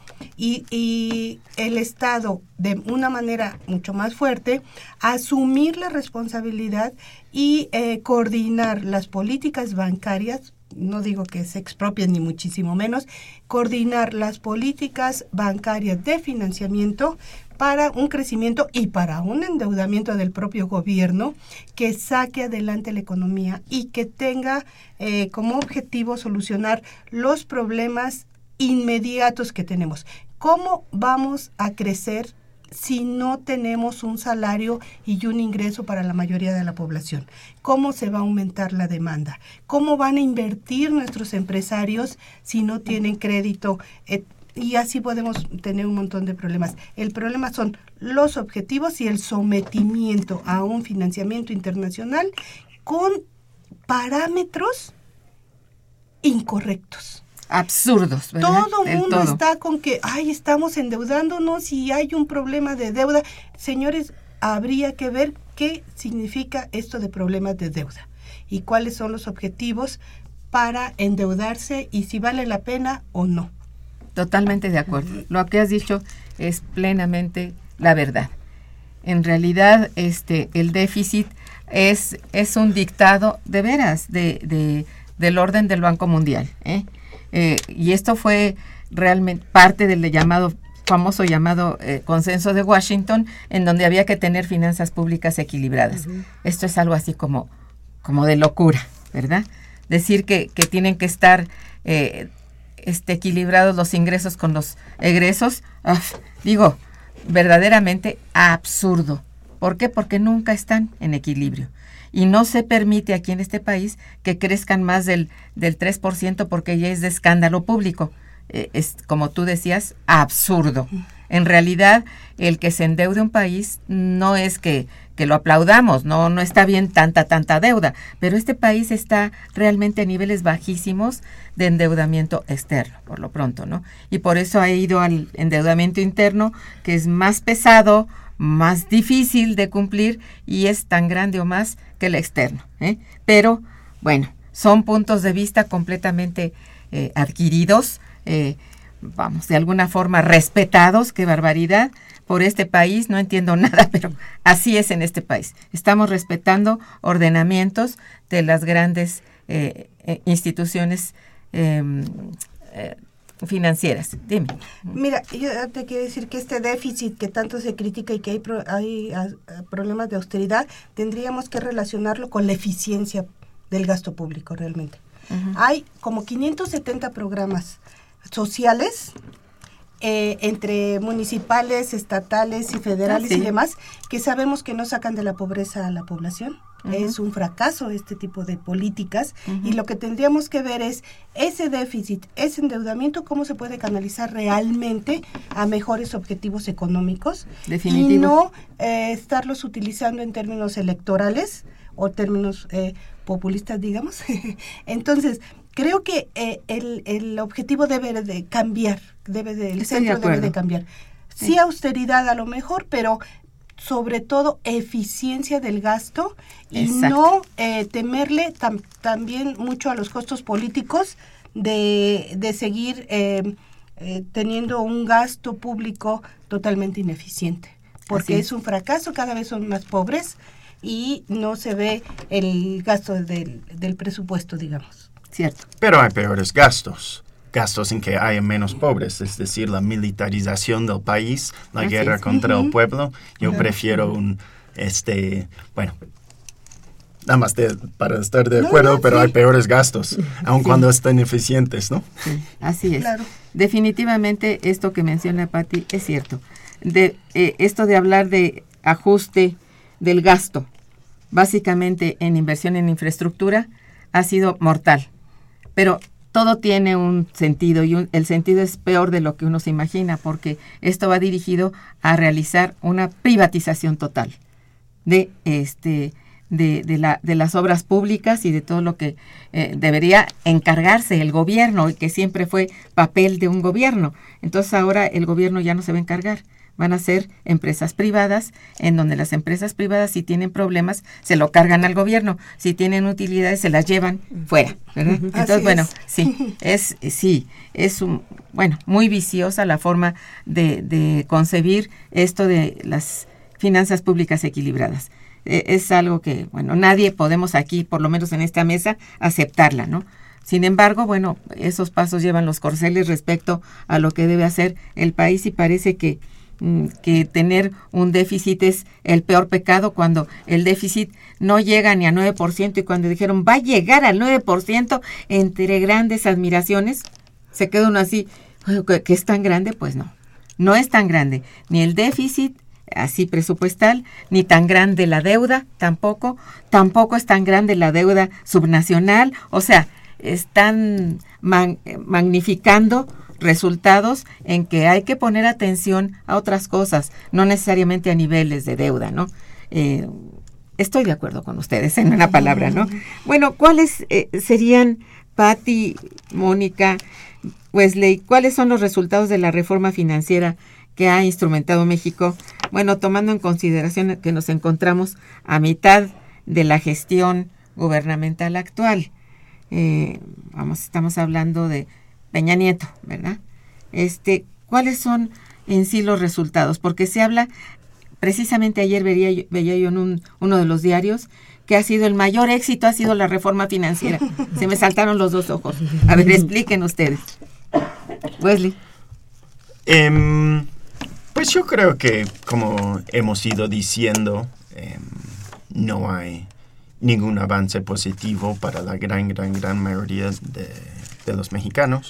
y el Estado de una manera mucho más fuerte asumir la responsabilidad y coordinar las políticas bancarias. No digo que se expropien ni muchísimo menos, coordinar las políticas bancarias de financiamiento para un crecimiento y para un endeudamiento del propio gobierno que saque adelante la economía y que tenga como objetivo solucionar los problemas inmediatos que tenemos. ¿Cómo vamos a crecer si no tenemos un salario y un ingreso para la mayoría de la población? ¿Cómo se va a aumentar la demanda? ¿Cómo van a invertir nuestros empresarios si no tienen crédito? Y así podemos tener un montón de problemas. El problema son los objetivos y el sometimiento a un financiamiento internacional con parámetros incorrectos. Absurdos, ¿verdad? Todo el mundo está con que, estamos endeudándonos y hay un problema de deuda. Señores, habría que ver qué significa esto de problemas de deuda y cuáles son los objetivos para endeudarse y si vale la pena o no. Totalmente de acuerdo. Lo que has dicho es plenamente la verdad. En realidad, el déficit es un dictado de veras del orden del Banco Mundial, y esto fue realmente parte del famoso llamado consenso de Washington, en donde había que tener finanzas públicas equilibradas. Esto es algo así como de locura, ¿verdad? Decir que tienen que estar equilibrados los ingresos con los egresos, verdaderamente absurdo. ¿Por qué? Porque nunca están en equilibrio. Y no se permite aquí en este país que crezcan más del 3% porque ya es de escándalo público. es, como tú decías, absurdo. En realidad, el que se endeude un país no es que lo aplaudamos, no está bien tanta deuda, pero este país está realmente a niveles bajísimos de endeudamiento externo, por lo pronto, ¿no? Y por eso ha ido al endeudamiento interno, que es más pesado, más difícil de cumplir y es tan grande o más que el externo, ¿eh? Pero, bueno, son puntos de vista completamente adquiridos, vamos, de alguna forma respetados, qué barbaridad, por este país, no entiendo nada, pero así es en este país. Estamos respetando ordenamientos de las grandes instituciones financieras. Dime. Mira, yo te quiero decir que este déficit que tanto se critica y que hay problemas de austeridad, tendríamos que relacionarlo con la eficiencia del gasto público realmente. Uh-huh. Hay como 570 programas sociales entre municipales, estatales y federales y demás, que sabemos que no sacan de la pobreza a la población. Uh-huh. Es un fracaso este tipo de políticas. Uh-huh. Y lo que tendríamos que ver es ese déficit, ese endeudamiento, cómo se puede canalizar realmente a mejores objetivos económicos. Definitivo. Y no estarlos utilizando en términos electorales o términos populistas, digamos. Entonces, creo que el objetivo debe de cambiar, el centro debe de cambiar. Sí, austeridad a lo mejor, pero sobre todo eficiencia del gasto y exacto. No temerle también mucho a los costos políticos de seguir teniendo un gasto público totalmente ineficiente, porque es un fracaso, cada vez son más pobres y no se ve el gasto del presupuesto, digamos. Cierto. Pero hay peores gastos en que haya menos pobres, es decir, la militarización del país, la así guerra es. Contra uh-huh. el pueblo. Yo uh-huh. prefiero bueno, nada más para estar de acuerdo, pero sí. Hay peores gastos, aun cuando estén eficientes, ¿no? Sí, así es. Claro. Definitivamente esto que menciona Pati es cierto. Esto de hablar de ajuste del gasto, básicamente en inversión en infraestructura, ha sido mortal. Pero todo tiene un sentido y el sentido es peor de lo que uno se imagina, porque esto va dirigido a realizar una privatización total de las obras públicas y de todo lo que debería encargarse el gobierno y que siempre fue papel de un gobierno. Entonces ahora el gobierno ya no se va a encargar. Van a ser empresas privadas, en donde las empresas privadas, si tienen problemas, se lo cargan al gobierno. Si tienen utilidades, se las llevan fuera, ¿verdad? Entonces, bueno, es muy viciosa la forma de concebir esto de las finanzas públicas equilibradas. Es algo que, bueno, nadie podemos aquí, por lo menos en esta mesa, aceptarla, ¿no? Sin embargo, bueno, esos pasos llevan los corceles respecto a lo que debe hacer el país y parece que tener un déficit es el peor pecado, cuando el déficit no llega ni a 9%, y cuando dijeron va a llegar al 9%, entre grandes admiraciones, se queda uno así, ¿que es tan grande? Pues no es tan grande, ni el déficit así presupuestal, ni tan grande la deuda, tampoco es tan grande la deuda subnacional, o sea, están magnificando resultados en que hay que poner atención a otras cosas, no necesariamente a niveles de deuda, ¿no? Estoy de acuerdo con ustedes en una palabra, ¿no? Bueno, ¿cuáles serían, Pati, Mónica, Wesley, cuáles son los resultados de la reforma financiera que ha instrumentado México? Bueno, tomando en consideración que nos encontramos a mitad de la gestión gubernamental actual. Estamos hablando de Peña Nieto, ¿verdad? ¿Cuáles son en sí los resultados? Porque se habla, precisamente ayer veía yo en uno de los diarios, que ha sido el mayor éxito, ha sido la reforma financiera. Se me saltaron los dos ojos. A ver, expliquen ustedes. Wesley. Pues yo creo que, como hemos ido diciendo, no hay ningún avance positivo para la gran mayoría de los mexicanos.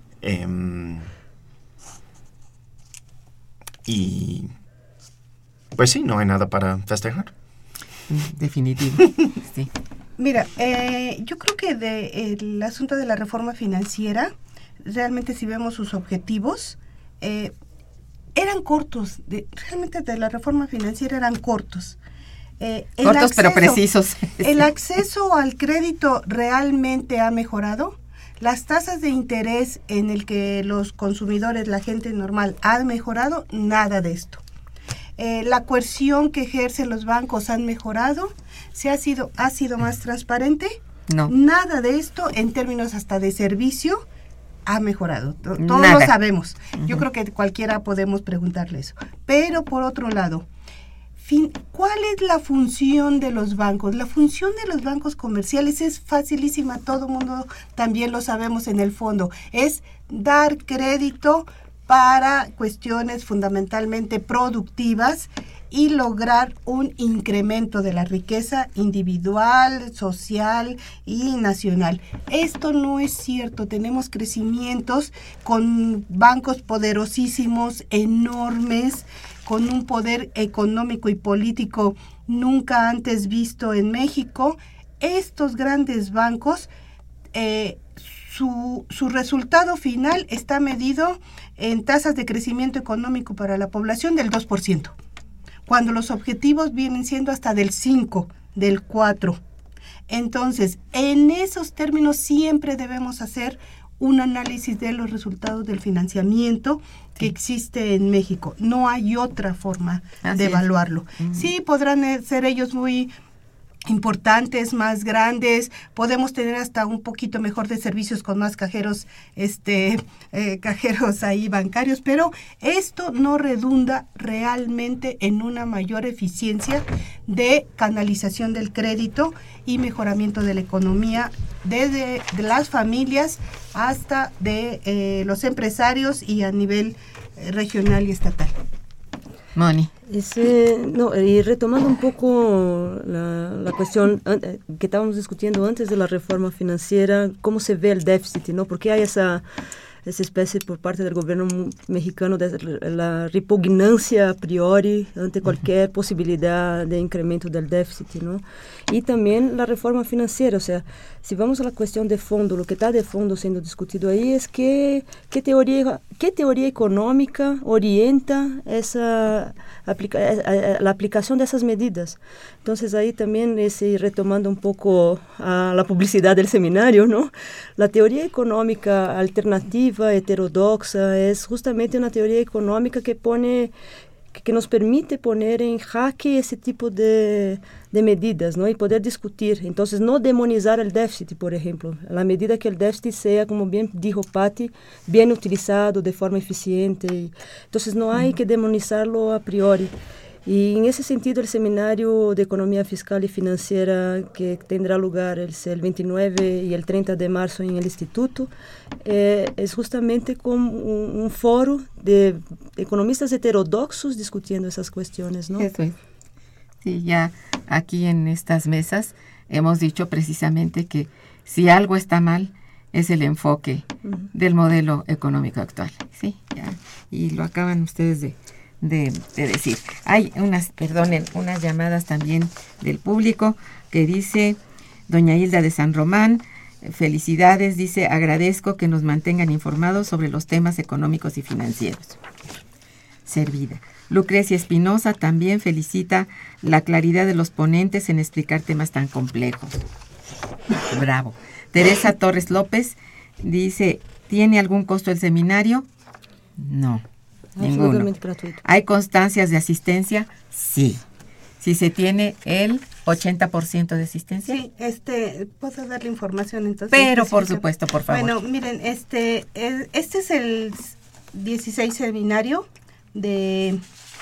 Y pues sí, no hay nada para festejar. Definitivo. Sí. Mira, yo creo que el asunto de la reforma financiera realmente si vemos sus objetivos, eran cortos, realmente de la reforma financiera eran cortos. Cortos pero precisos. ¿El acceso al crédito realmente ha mejorado? ¿Las tasas de interés en el que los consumidores, la gente normal, han mejorado? Nada de esto. ¿La coerción que ejercen los bancos han mejorado? ¿Ha sido más transparente? No. Nada de esto en términos hasta de servicio ha mejorado. Todos Nada. lo sabemos. Yo creo que cualquiera podemos preguntarle eso. Pero por otro lado, ¿cuál es la función de los bancos? La función de los bancos comerciales es facilísima, todo el mundo también lo sabemos en el fondo. Es dar crédito para cuestiones fundamentalmente productivas y lograr un incremento de la riqueza individual, social y nacional. Esto no es cierto. Tenemos crecimientos con bancos poderosísimos, enormes, con un poder económico y político nunca antes visto en México. Estos grandes bancos, su resultado final está medido en tasas de crecimiento económico para la población del 2%, cuando los objetivos vienen siendo hasta del 5%, del 4%. Entonces, en esos términos siempre debemos hacer un análisis de los resultados del financiamiento que existe en México. No hay otra forma de evaluarlo. Sí, podrán ser ellos muy importantes, más grandes, podemos tener hasta un poquito mejor de servicios con más cajeros, cajeros ahí bancarios, pero esto no redunda realmente en una mayor eficiencia de canalización del crédito y mejoramiento de la economía, desde de las familias hasta de los empresarios y a nivel regional y estatal. Moni. Y retomando un poco la cuestión que estábamos discutiendo antes de la reforma financiera, cómo se ve el déficit, ¿no? Porque hay esa especie por parte del gobierno mexicano de la repugnancia a priori ante cualquier posibilidad de incremento del déficit, ¿no? Y también la reforma financiera, o sea, si vamos a la cuestión de fondo, lo que está de fondo siendo discutido ahí es qué teoría económica orienta la aplicación de esas medidas. Entonces ahí también retomando un poco a la publicidad del seminario, ¿no? La teoría económica alternativa, heterodoxa, es justamente una teoría económica que nos permite poner en jaque ese tipo de medidas, ¿no? Y poder discutir. Entonces, no demonizar el déficit, por ejemplo. A la medida que el déficit sea, como bien dijo Patti, bien utilizado de forma eficiente. Entonces, no hay que demonizarlo a priori. Y en ese sentido, el seminario de Economía Fiscal y Financiera que tendrá lugar el 29 y el 30 de marzo en el Instituto es justamente como un foro de economistas heterodoxos discutiendo esas cuestiones, ¿no? Eso es. Sí, ya aquí en estas mesas hemos dicho precisamente que si algo está mal es el enfoque del modelo económico actual. Sí, ya. Y lo acaban ustedes de decir. Hay unas llamadas también del público que dice doña Hilda de San Román, felicidades, dice, agradezco que nos mantengan informados sobre los temas económicos y financieros. Servida. Lucrecia Espinosa también felicita la claridad de los ponentes en explicar temas tan complejos. Bravo. Teresa Torres López dice, ¿tiene algún costo el seminario? No. Ninguno. Gratuito. ¿Hay constancias de asistencia? Sí. Si se tiene el 80% de asistencia. Sí, puedo dar la información entonces. Pero por supuesto, por favor. Bueno, miren, este es el 16 seminario de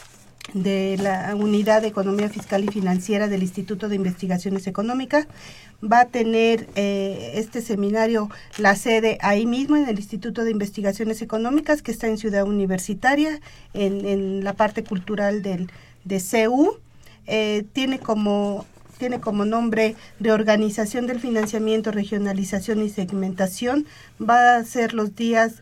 la Unidad de Economía Fiscal y Financiera del Instituto de Investigaciones Económicas. Va a tener este seminario la sede ahí mismo en el Instituto de Investigaciones Económicas, que está en Ciudad Universitaria, en la parte cultural de CEU. Tiene como nombre Reorganización del Financiamiento, Regionalización y Segmentación. Va a ser los días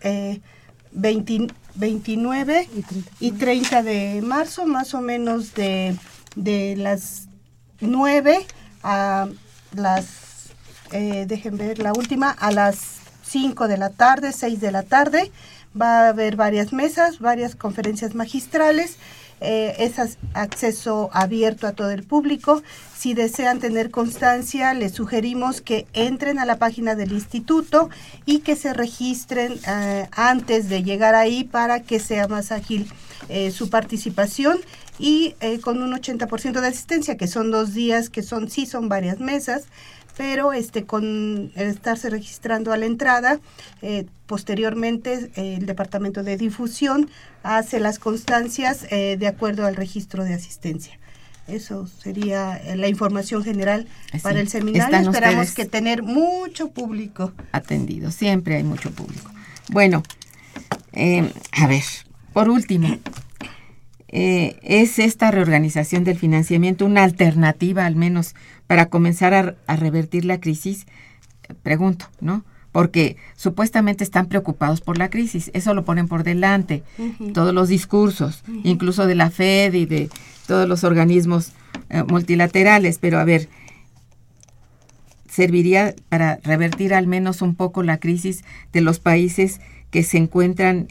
29 y 30 de marzo, más o menos de las 9 a las, dejen ver, la última a las 5 de la tarde, 6 de la tarde. Va a haber varias mesas, varias conferencias magistrales. Es acceso abierto a todo el público. Si desean tener constancia, les sugerimos que entren a la página del instituto y que se registren antes de llegar ahí para que sea más ágil su participación, y con un 80% de asistencia, que son 2 días, que son varias mesas, pero con estarse registrando a la entrada, posteriormente el Departamento de Difusión hace las constancias de acuerdo al registro de asistencia. Eso sería la información general para el seminario. Esperamos que tener mucho público atendido. Siempre hay mucho público. Bueno, a ver, por último, ¿es esta reorganización del financiamiento una alternativa, al menos, para comenzar a revertir la crisis? Pregunto, ¿no? Porque supuestamente están preocupados por la crisis. Eso lo ponen por delante. Todos los discursos, incluso de la FED y de todos los organismos multilaterales. Pero, a ver, ¿serviría para revertir al menos un poco la crisis de los países que se encuentran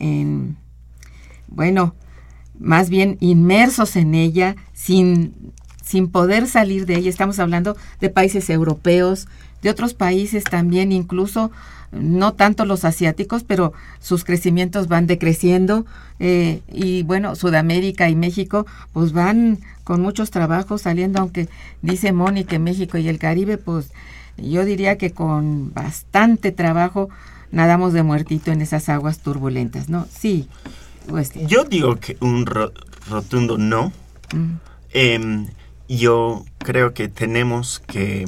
más bien inmersos en ella, sin poder salir de ella? Estamos hablando de países europeos, de otros países también, incluso no tanto los asiáticos, pero sus crecimientos van decreciendo, y Sudamérica y México pues van con muchos trabajos saliendo, aunque dice Moni que México y el Caribe, pues yo diría que con bastante trabajo nadamos de muertito en esas aguas turbulentas, ¿no? Sí. Yo digo que un rotundo no. Yo creo que tenemos que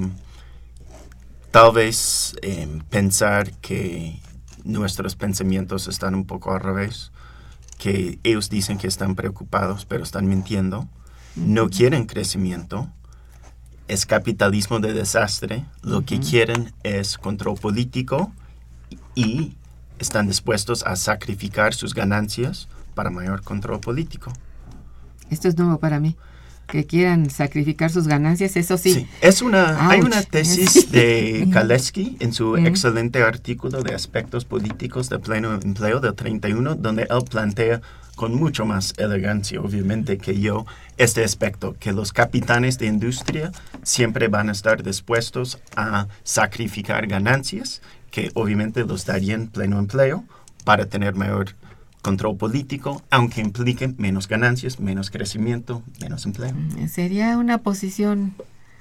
tal vez pensar que nuestros pensamientos están un poco al revés, que ellos dicen que están preocupados, pero están mintiendo. No quieren crecimiento. Es capitalismo de desastre. Lo que quieren es control político y están dispuestos a sacrificar sus ganancias para mayor control político. Esto es nuevo para mí, que quieran sacrificar sus ganancias, eso sí. Hay una tesis de Kaleski en su excelente artículo de aspectos políticos de pleno empleo del 31, donde él plantea con mucho más elegancia, obviamente, que yo, este aspecto, que los capitanes de industria siempre van a estar dispuestos a sacrificar ganancias, que obviamente los darían pleno empleo para tener mayor control político, aunque implique menos ganancias, menos crecimiento, menos empleo. Sería una posición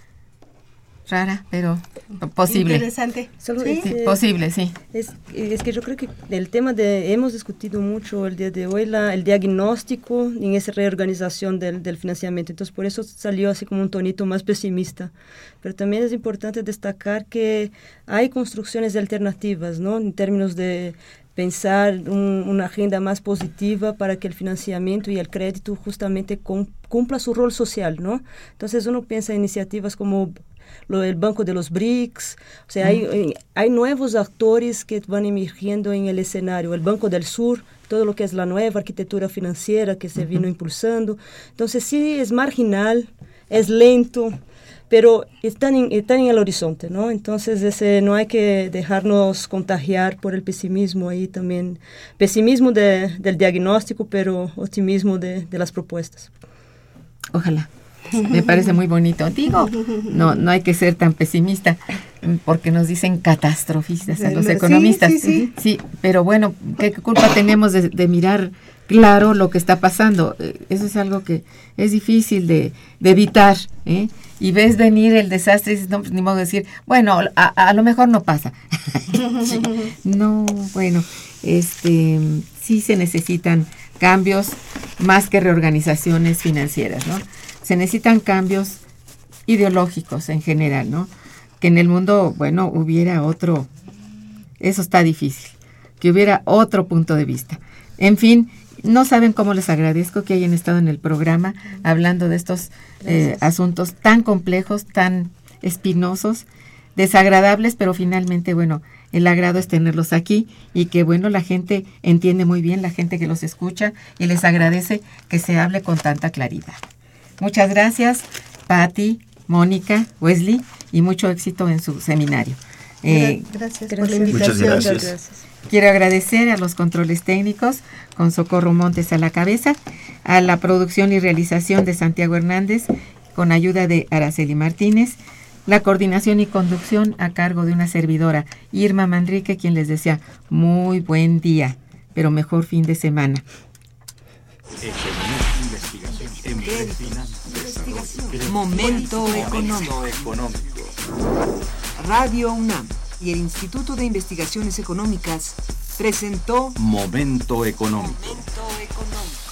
rara, pero posible. Interesante. Posible, sí. Es que yo creo que el tema hemos discutido mucho el día de hoy, el diagnóstico en esa reorganización del financiamiento. Entonces, por eso salió así como un tonito más pesimista. Pero también es importante destacar que hay construcciones alternativas, ¿no? En términos de pensar una agenda más positiva para que el financiamiento y el crédito justamente cumpla su rol social, ¿no? Entonces uno piensa en iniciativas como el Banco de los BRICS, o sea, hay nuevos actores que van emergiendo en el escenario, el Banco del Sur, todo lo que es la nueva arquitectura financiera que se vino impulsando. Entonces sí es marginal, es lento, pero están en el horizonte, ¿no? Entonces no hay que dejarnos contagiar por el pesimismo ahí también, pesimismo del diagnóstico, pero optimismo de las propuestas. Ojalá. Me parece muy bonito. Digo, no hay que ser tan pesimista, porque nos dicen catastrofistas a los economistas. Sí, pero bueno, ¿qué culpa tenemos de mirar claro lo que está pasando? Eso es algo que es difícil de evitar, ¿eh? Y ves venir el desastre y dices, no, pues ni modo de decir, bueno, a lo mejor no pasa. No, bueno, sí se necesitan cambios más que reorganizaciones financieras, ¿no? Se necesitan cambios ideológicos en general, ¿no? Que en el mundo, bueno, hubiera otro, eso está difícil, que hubiera otro punto de vista. En fin, no saben cómo les agradezco que hayan estado en el programa hablando de estos asuntos tan complejos, tan espinosos, desagradables, pero finalmente, bueno, el agrado es tenerlos aquí y que, bueno, la gente entiende muy bien, la gente que los escucha, y les agradece que se hable con tanta claridad. Muchas gracias, Patti, Mónica, Wesley, y mucho éxito en su seminario. Gracias por la invitación. Muchas gracias. Quiero agradecer a los controles técnicos, con Socorro Montes a la cabeza, a la producción y realización de Santiago Hernández, con ayuda de Araceli Martínez, la coordinación y conducción a cargo de una servidora, Irma Manrique, quien les desea muy buen día, pero mejor fin de semana. Momento económico. Radio UNAM y el Instituto de Investigaciones Económicas presentó Momento económico. Momento económico.